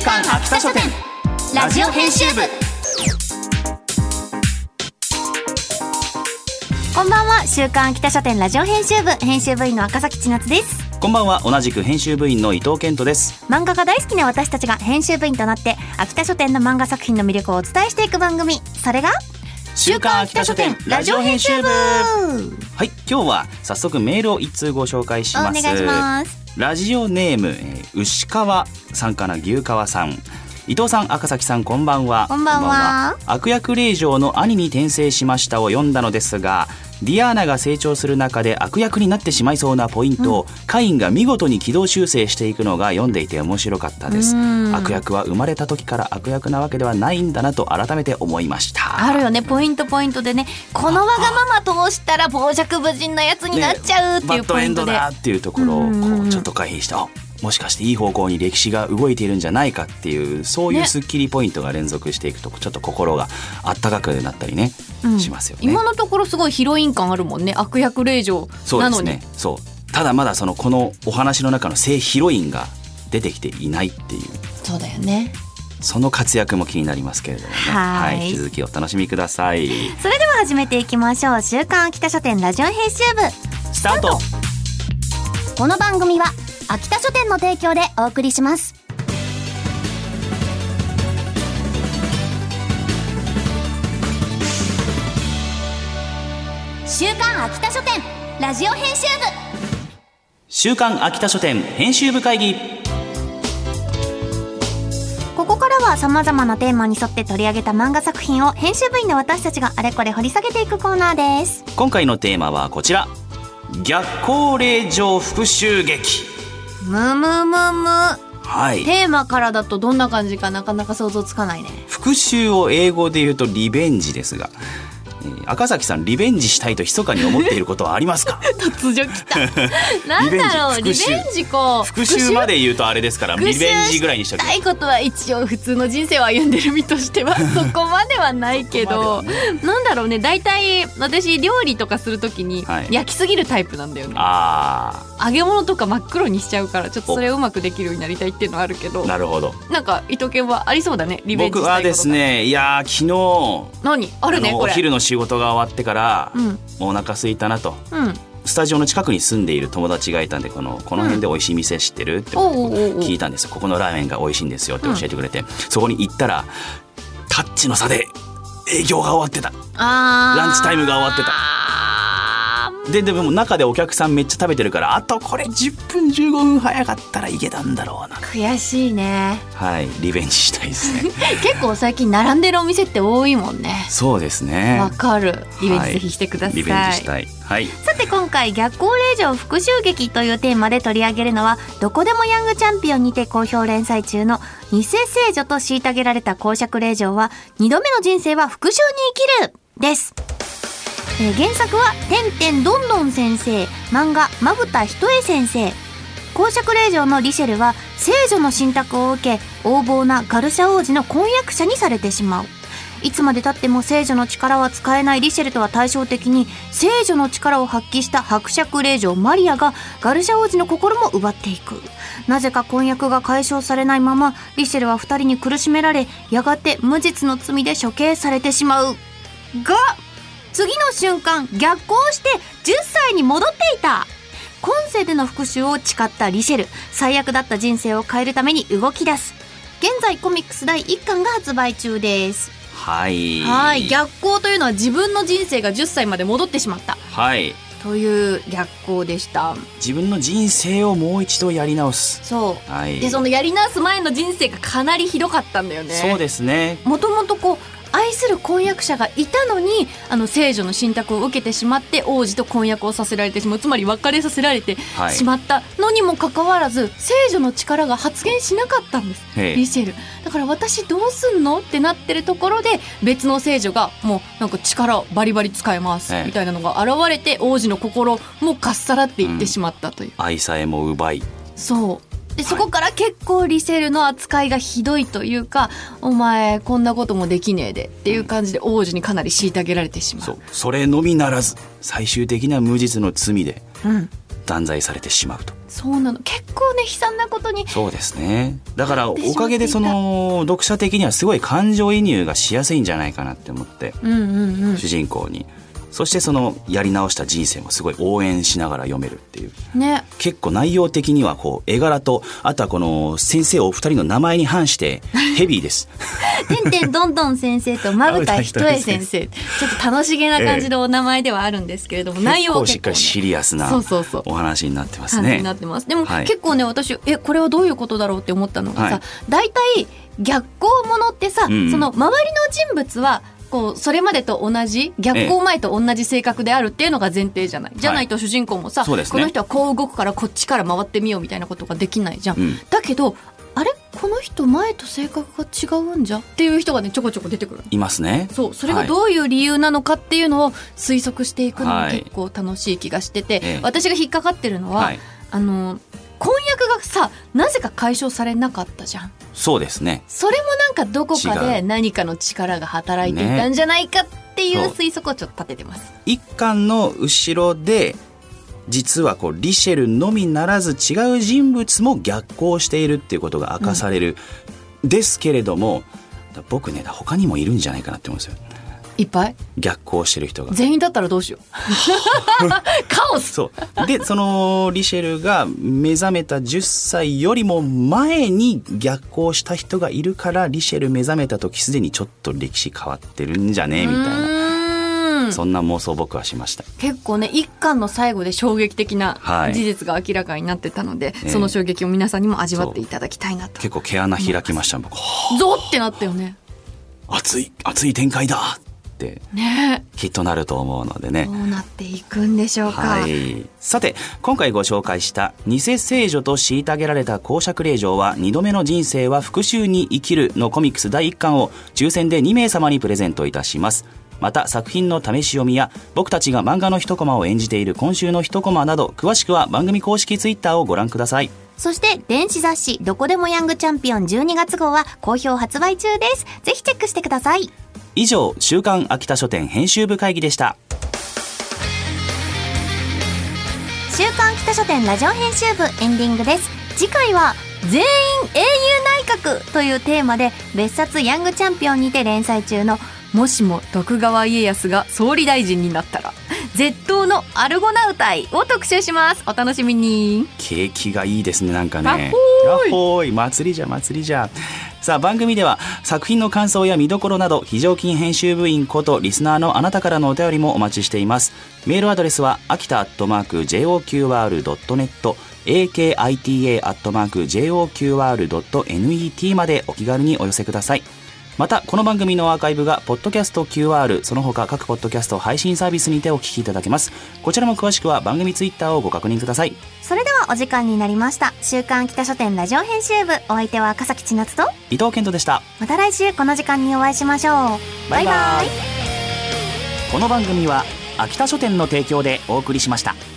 刊秋田書店ラジオ編集部。 こんばんは。週刊秋田書店ラジオ編集部編集部員の赤崎千夏です。 こんばんは。同じく編集部員の伊藤健人です。 漫画が大好きな私たちが編集部員となって秋田書店の漫画作品の魅力をお伝えしていく番組、それが週刊秋田書店ラジオ編集部。はい、今日は早速メールを一通ご紹介します。 お願いします。 ラジオネーム、牛川さんかな、牛川さん。伊藤さん、赤崎さん、こんばんは。 こんばんは。 悪役令嬢の兄に転生しましたを読んだのですが、ディアーナが成長する中で悪役になってしまいそうなポイントを、カインが見事に軌道修正していくのが読んでいて面白かったです。悪役は生まれた時から悪役なわけではないんだなと改めて思いました。 あるよね、ポイントでね、このわがまま通したら傍若無人なやつになっちゃうっていうポイントで、 バッドエンドだっていうところをこうちょっと回避したもしかしていい方向に歴史が動いているんじゃないかっていう、そういうスッキリポイントが連続していくと、ちょっと心があったかくなったりね、しますよね。 今のところすごいヒロイン感あるもんね、悪役令嬢なのに。 そうですね。そう。ただまだこのお話の中の正ヒロインが出てきていないっていう。 そうだよね。 その活躍も気になりますけれどもね。はい、引き続きお楽しみください。 それでは始めていきましょう。週刊秋田書店ラジオ編集部スタート。 この番組は秋田書店の提供でお送りします。週刊秋田書店ラジオ編集部。 週刊秋田書店編集部会議。 ここからは様々なテーマに沿って取り上げた漫画作品を編集部員の私たちがあれこれ掘り下げていくコーナーです。 今回のテーマはこちら、逆行令嬢復讐劇。はい、 テーマからだとどんな感じかなかなか想像つかないね。 復讐を英語で言うとリベンジですが、赤崎さん、リベンジしたいと密かに思っていることはありますか？ 突如きた。なんだろう、リベンジか。 復讐まで言うとあれですから、リベンジぐらいにしとく。 したいことは一応普通の人生を歩んでる身としてはそこまではないけど、なんだろうね、だいたい私料理とかするときに焼きすぎるタイプなんだよね。揚げ物とか真っ黒にしちゃうから、ちょっとそれをうまくできるようになりたいっていうのはあるけど。なるほど。 なんか伊藤健はありそうだね、リベンジしたいこと。 僕はですね、いや昨日何あるね、これお昼の仕事が終わってから、もうお腹空いたなと、スタジオの近くに住んでいる友達がいたんで、この辺で美味しい店知ってるって聞いたんですよ。ここのラーメンが美味しいんですよって教えてくれて、そこに行ったらタッチの差で営業が終わってた。ランチタイムが終わってた。でも中でお客さんめっちゃ食べてるから、あとこれ10分15分早かったらいけたんだろうな。 悔しいね。 はい、リベンジしたいですね。 結構最近並んでるお店って多いもんね。 そうですね。 わかる。リベンジぜひしてください。 リベンジしたい。はい。 さて今回、逆行令嬢復讐劇というテーマで取り上げるのは、どこでもヤングチャンピオンにて好評連載中の偽聖女と虐げられた公爵令嬢は2度目の人生は復讐に生きるです。原作はてんてんどんどん先生、漫画まぶたひとえ先生。公爵令嬢のリシェルは聖女の信託を受け、横暴なガルシャ王子の婚約者にされてしまう。いつまでたっても聖女の力は使えないリシェルとは対照的に、聖女の力を発揮した伯爵令嬢マリアがガルシャ王子の心も奪っていく。なぜか婚約が解消されないまま、リシェルは二人に苦しめられ、やがて無実の罪で処刑されてしまうが、次の瞬間逆行して10歳に戻っていた。今世での復讐を誓ったリシェル、最悪だった人生を変えるために動き出す。現在コミックス第1巻が発売中です。 はい、 逆行というのは自分の人生が10歳まで戻ってしまった、という逆行でした。 自分の人生をもう一度やり直す。 そう、でそのやり直す前の人生がかなりひどかったんだよね。 そうですね。 もともと愛する婚約者がいたのに、聖女の信託を受けてしまって王子と婚約をさせられてしまう、つまり別れさせられてしまったのにもかかわらず、聖女の力が発現しなかったんです、リシェル。だから私どうすんのってなってるところで、別の聖女がもうなんか力をバリバリ使えますみたいなのが現れて、王子の心もかっさらっていってしまったという、 愛さえも奪い、 そうで、そこから結構リシェルの扱いがひどいというか、お前こんなこともできねえでっていう感じで王子にかなり虐げられてしまう。 それのみならず最終的な無実の罪で、 断罪されてしまうと。 そうなの、結構ね悲惨なことに。 そうですね。だからおかげでその読者的にはすごい感情移入がしやすいんじゃないかなって思って、主人公に。そしてそのやり直した人生もすごい応援しながら読めるっていう、ね、結構内容的にはこう絵柄と、あとはこの先生お二人の名前に反してヘビーですてんてんどんどん先生とまぶたひとえ先生、ちょっと楽しげな感じのお名前ではあるんですけれども、内容は結構しっかりシリアスなお話になってますね。 なってます。でも、結構ね私これはどういうことだろうって思ったのがさ、だいたい逆光ものってさ、その周りの人物はこうそれまでと同じ逆光前と同じ性格であるっていうのが前提じゃない、じゃないと主人公もさ、この人はこう動くからこっちから回ってみようみたいなことができないじゃん、だけどあれこの人前と性格が違うんじゃっていう人がねちょこちょこ出てくる。いますね。それがどういう理由なのかっていうのを推測していくのが結構楽しい気がしてて、私が引っかかってるのは、婚約がさなぜか解消されなかったじゃん。 そうですね。 それもなんかどこかで何かの力が働いていたんじゃないかっていう推測をちょっと立ててます。 一巻の後ろで実はこうリシェルのみならず違う人物も逆行しているっていうことが明かされる、ですけれども、僕ね他にもいるんじゃないかなって思うんですよ。 いっぱい逆行してる人が全員だったらどうしようカオス。 そうでそのリシェルが目覚めた10歳よりも前に逆行した人がいるから、リシェル目覚めた時すでにちょっと歴史変わってるんじゃねみたいな、そんな妄想僕はしました。 結構ね一巻の最後で衝撃的な事実が明らかになってたので、その衝撃を皆さんにも味わっていただきたいなと。 結構毛穴開きました僕。 ゾってなったよね。 熱い展開だね、きっとなると思うのでね。 どうなっていくんでしょうか。 さて今回ご紹介した偽聖女と虐げられた公爵令嬢は2度目の人生は復讐に生きるのコミックス第1巻を抽選で2名様にプレゼントいたします。また作品の試し読みや僕たちが漫画の一コマを演じている今週の一コマなど、詳しくは番組公式ツイッターをご覧ください。 そして電子雑誌どこでもヤングチャンピオン12月号は好評発売中です。ぜひチェックしてください。 以上週刊秋田書店編集部会議でした。 週刊秋田書店ラジオ編集部エンディングです。次回は全員英雄内閣というテーマで別冊ヤングチャンピオンにて連載中のもしも徳川家康が総理大臣になったら絶倒のアルゴナウタイを特集します。お楽しみに。 景気がいいですね。なんかねやっほーい祭りじゃ。さあ番組では作品の感想や見どころなど非常勤編集部員ことリスナーのあなたからのお便りもお待ちしています。メールアドレスはakita@joqr.net akita@joqr.net までお気軽にお寄せください。またこの番組のアーカイブがポッドキャスト QR その他各ポッドキャスト配信サービスにてお聞きいただけます。こちらも詳しくは番組ツイッターをご確認ください。 それではお時間になりました。週刊北書店ラジオ編集部、お相手は赤崎千夏と伊藤健人でした。 また来週この時間にお会いしましょう。バイバイ。 この番組は秋田書店の提供でお送りしました。